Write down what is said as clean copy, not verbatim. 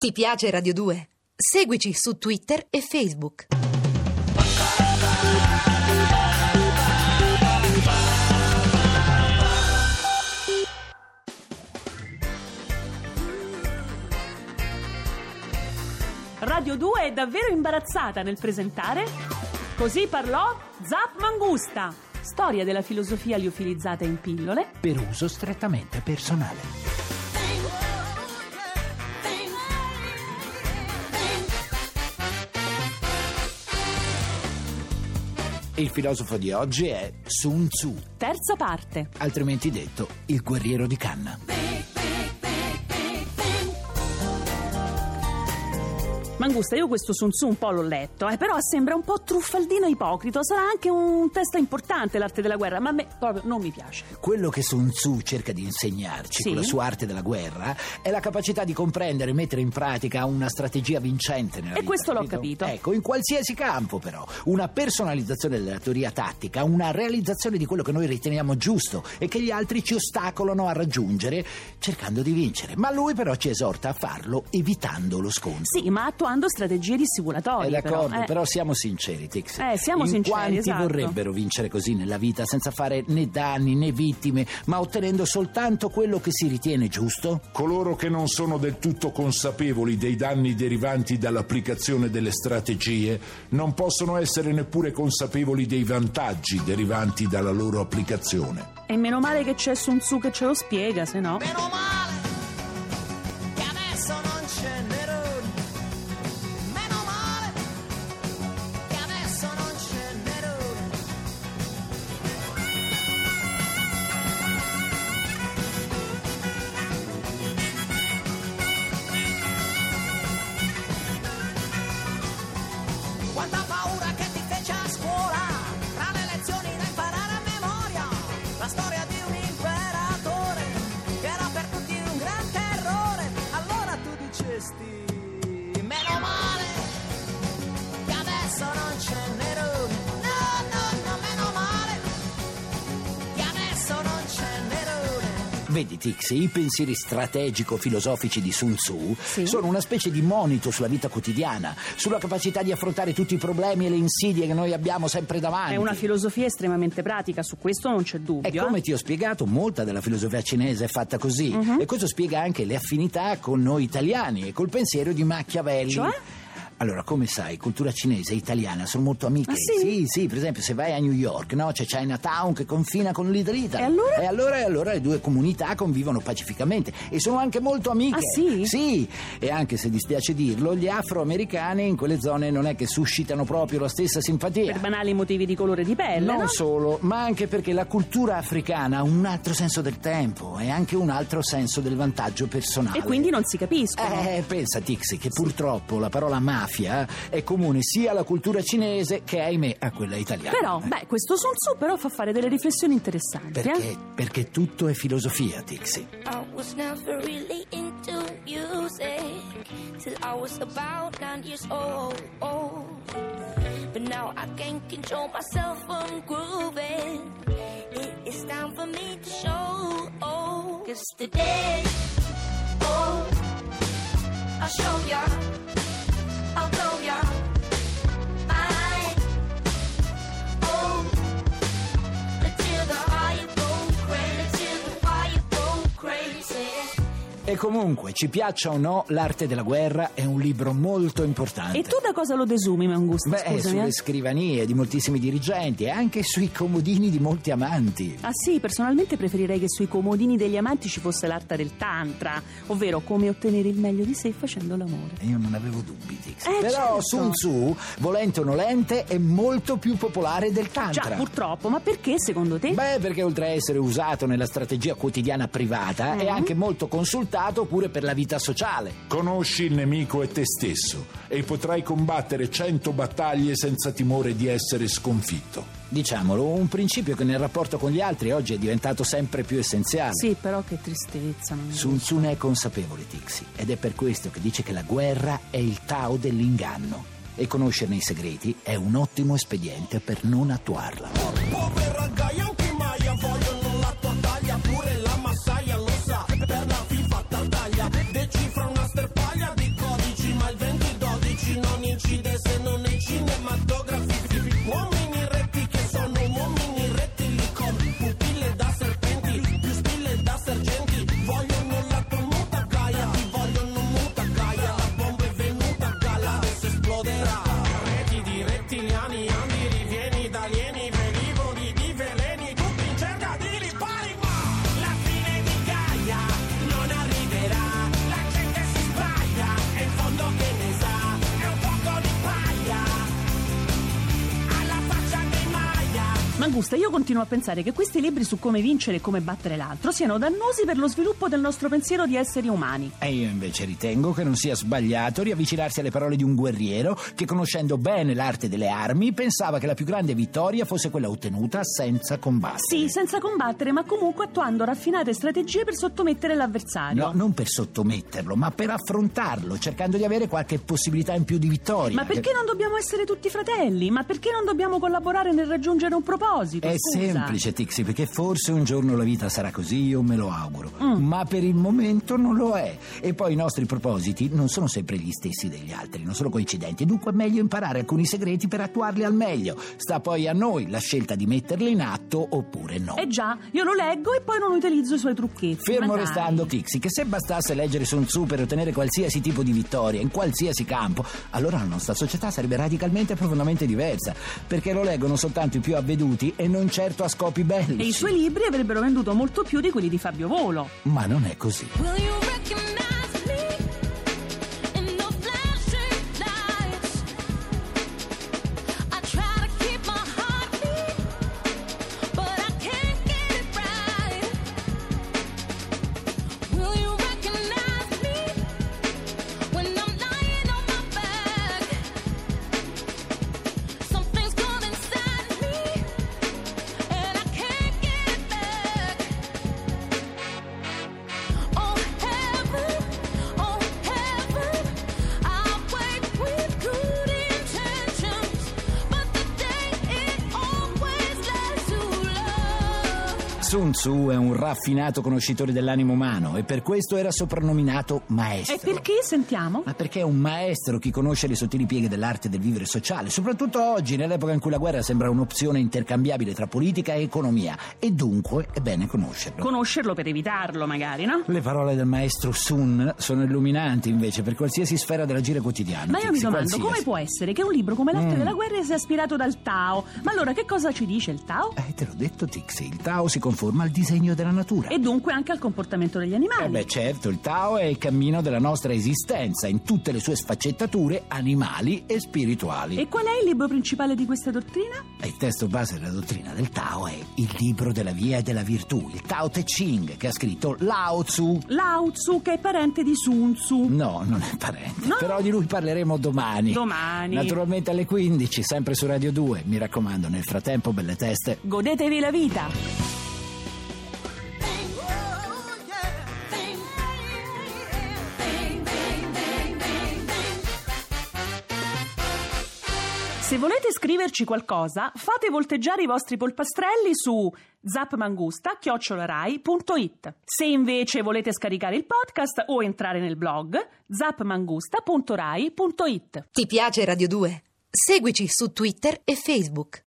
Ti piace Radio 2? Seguici su Twitter e Facebook. Radio 2 è davvero imbarazzata nel presentare Così parlò Zap Mangusta, storia della filosofia liofilizzata in pillole per uso strettamente personale. Il filosofo di oggi è Sun Tzu, terza parte, altrimenti detto il guerriero di canna. Mangusta, io questo Sun Tzu un po' l'ho letto, però sembra un po' truffaldino ipocrito. Sarà anche un testo importante, l'arte della guerra, ma a me proprio non mi piace. Quello che Sun Tzu cerca di insegnarci con la sua arte della guerra è la capacità di comprendere e mettere in pratica una strategia vincente nella vita. E questo l'ho capito? capito. Ecco, in qualsiasi campo però, una personalizzazione della teoria tattica, una realizzazione di quello che noi riteniamo giusto e che gli altri ci ostacolano a raggiungere cercando di vincere. Ma lui però ci esorta a farlo evitando lo scontro. Sì, ma attuando strategie dissimulatorie. D'accordo, però siamo sinceri, Tix. Siamo sinceri, quanti esatto. vorrebbero vincere così nella vita senza fare né danni né vittime, ma ottenendo soltanto quello che si ritiene giusto? Coloro che non sono del tutto consapevoli dei danni derivanti dall'applicazione delle strategie non possono essere neppure consapevoli dei vantaggi derivanti dalla loro applicazione. E meno male che c'è Sun Tzu che ce lo spiega, se no... Meno male che adesso non c'è Nerone. Meno male che adesso non c'è Nerone. Quanta paura che ti fece a scuola, tra le lezioni da imparare a memoria, la storia di un imperatore che era per tutti un gran terrore. Allora tu dicesti, meno male che adesso non c'è Nerone. No, meno male che adesso non c'è Nerone. Vedi, Tix, i pensieri strategico-filosofici di Sun Tzu Sì. sono una specie di monito sulla vita quotidiana, sulla capacità di affrontare tutti i problemi e le insidie che noi abbiamo sempre davanti. È una filosofia estremamente pratica, su questo non c'è E dubbio. come ti ho spiegato, molta della filosofia cinese è fatta così. E questo spiega anche le affinità con noi italiani e col pensiero di Machiavelli. Cioè? Allora, come sai, cultura cinese e italiana sono molto amiche. Ah, sì? Sì, per esempio, se vai a New York, no? C'è Chinatown che confina con Little Italy. E allora? E allora le due comunità convivono pacificamente e sono anche molto amiche. Ah, sì? Sì, e anche se dispiace dirlo, gli afroamericani in quelle zone non è che suscitano proprio la stessa simpatia. Per banali motivi di colore di pelle, Non no? solo, ma anche perché la cultura africana ha un altro senso del tempo e anche un altro senso del vantaggio personale. E quindi non si capiscono. Pensa, Tixi, che purtroppo la parola mafia è comune sia alla cultura cinese che, ahimè, a quella italiana. Però, questo Sun Tzu però fa fare delle riflessioni interessanti. Perché tutto è filosofia, Tixi. I was never really into music till I was about 9 years old. But now I can't control myself from grooving. It is time for me to show. 'Cause today, I'll show ya, I'll blow ya. Until the fire go crazy, till the fire go crazy. E comunque, ci piaccia o no, l'arte della guerra è un libro molto importante. E tu da cosa lo desumi, Mangusta? Scusami. Sulle scrivanie di moltissimi dirigenti e anche sui comodini di molti amanti. Ah sì, personalmente preferirei che sui comodini degli amanti ci fosse l'arte del tantra, ovvero come ottenere il meglio di sé facendo l'amore. Io non avevo dubbi, Tix. Però certo. Sun Tzu, volente o nolente, è molto più popolare del tantra. Già, purtroppo, ma perché secondo te? Perché oltre a essere usato nella strategia quotidiana privata, è anche molto consultato pure per la vita sociale. Conosci il nemico e te stesso e potrai combattere 100 battaglie senza timore di essere sconfitto. Diciamolo, un principio che nel rapporto con gli altri oggi è diventato sempre più essenziale. Sì, però che tristezza. Sun Tzu ne è consapevole, Tixi, ed è per questo che dice che la guerra è il Tao dell'inganno e conoscerne i segreti è un ottimo espediente per non attuarla. Povera Gaia, che Maia vogliono la tua taglia, pure la massaia lo sa, per la FIFA tartaglia, decifra una sterpaglia di cose. Mangusta, io continuo a pensare che questi libri su come vincere e come battere l'altro siano dannosi per lo sviluppo del nostro pensiero di esseri umani. E io invece ritengo che non sia sbagliato riavvicinarsi alle parole di un guerriero che, conoscendo bene l'arte delle armi, pensava che la più grande vittoria fosse quella ottenuta senza combattere. Sì, senza combattere, ma comunque attuando raffinate strategie per sottomettere l'avversario. No, non per sottometterlo, ma per affrontarlo, cercando di avere qualche possibilità in più di vittoria. Ma perché non dobbiamo essere tutti fratelli? Ma perché non dobbiamo collaborare nel raggiungere un proposito? È Scusa. semplice, Tixi, perché forse un giorno la vita sarà così, io me lo auguro. Ma per il momento non lo è. E poi i nostri propositi non sono sempre gli stessi degli altri, non sono coincidenti. Dunque è meglio imparare alcuni segreti per attuarli al meglio. Sta poi a noi la scelta di metterli in atto oppure no. Eh già, io lo leggo e poi non utilizzo i suoi trucchetti. Fermo Ma dai. restando, Tixi, che se bastasse leggere Sun Tzu per ottenere qualsiasi tipo di vittoria in qualsiasi campo, allora la nostra società sarebbe radicalmente e profondamente diversa, perché lo leggono soltanto i più avveduti e non certo a scopi bellici. E i suoi libri avrebbero venduto molto più di quelli di Fabio Volo. Ma non è così. Will you recognize me in the flashing lights? I try to keep my heart beat, but I can't get it right. Will you recognize me when I'm lying on my back? Something's gone inside me, and I can't get it back. Oh heaven, I wait with good intentions, but the day it always leads to love. Sun Tzu è un raffinato conoscitore dell'animo umano e per questo era soprannominato maestro. E perché? Sentiamo. Ma perché è un maestro chi conosce le sottili pieghe dell'arte del vivere sociale, soprattutto oggi, nell'epoca in cui la guerra sembra un'opzione intercambiabile tra politica e economia, e dunque è bene conoscerlo. Conoscerlo per evitarlo, magari, no? Le parole del maestro Sun sono illuminanti invece per qualsiasi sfera dell'agire quotidiano. Ma io mi Tixi, domando, qualsiasi. come può essere che un libro come L'arte della guerra sia ispirato dal Tao? Ma allora che cosa ci dice il Tao? Te l'ho detto, Tixi, il Tao si conforma al disegno della natura. E dunque anche al comportamento degli animali. Beh, certo, il Tao è il cammino della nostra esistenza in tutte le sue sfaccettature animali e spirituali. E qual è il libro principale di questa dottrina? Il testo base della dottrina del Tao è il libro della via e della virtù, il Tao Te Ching, che ha scritto Lao Tzu. Lao Tzu, che è parente di Sun Tzu. No, non è parente, No? però di lui parleremo domani. Domani. Naturalmente alle 15, sempre su Radio 2. Mi raccomando, nel frattempo, belle teste. Godetevi la vita. Se volete scriverci qualcosa, fate volteggiare i vostri polpastrelli su zapmangusta@rai.it. Se invece volete scaricare il podcast o entrare nel blog, zapmangusta.rai.it. Ti piace Radio 2? Seguici su Twitter e Facebook.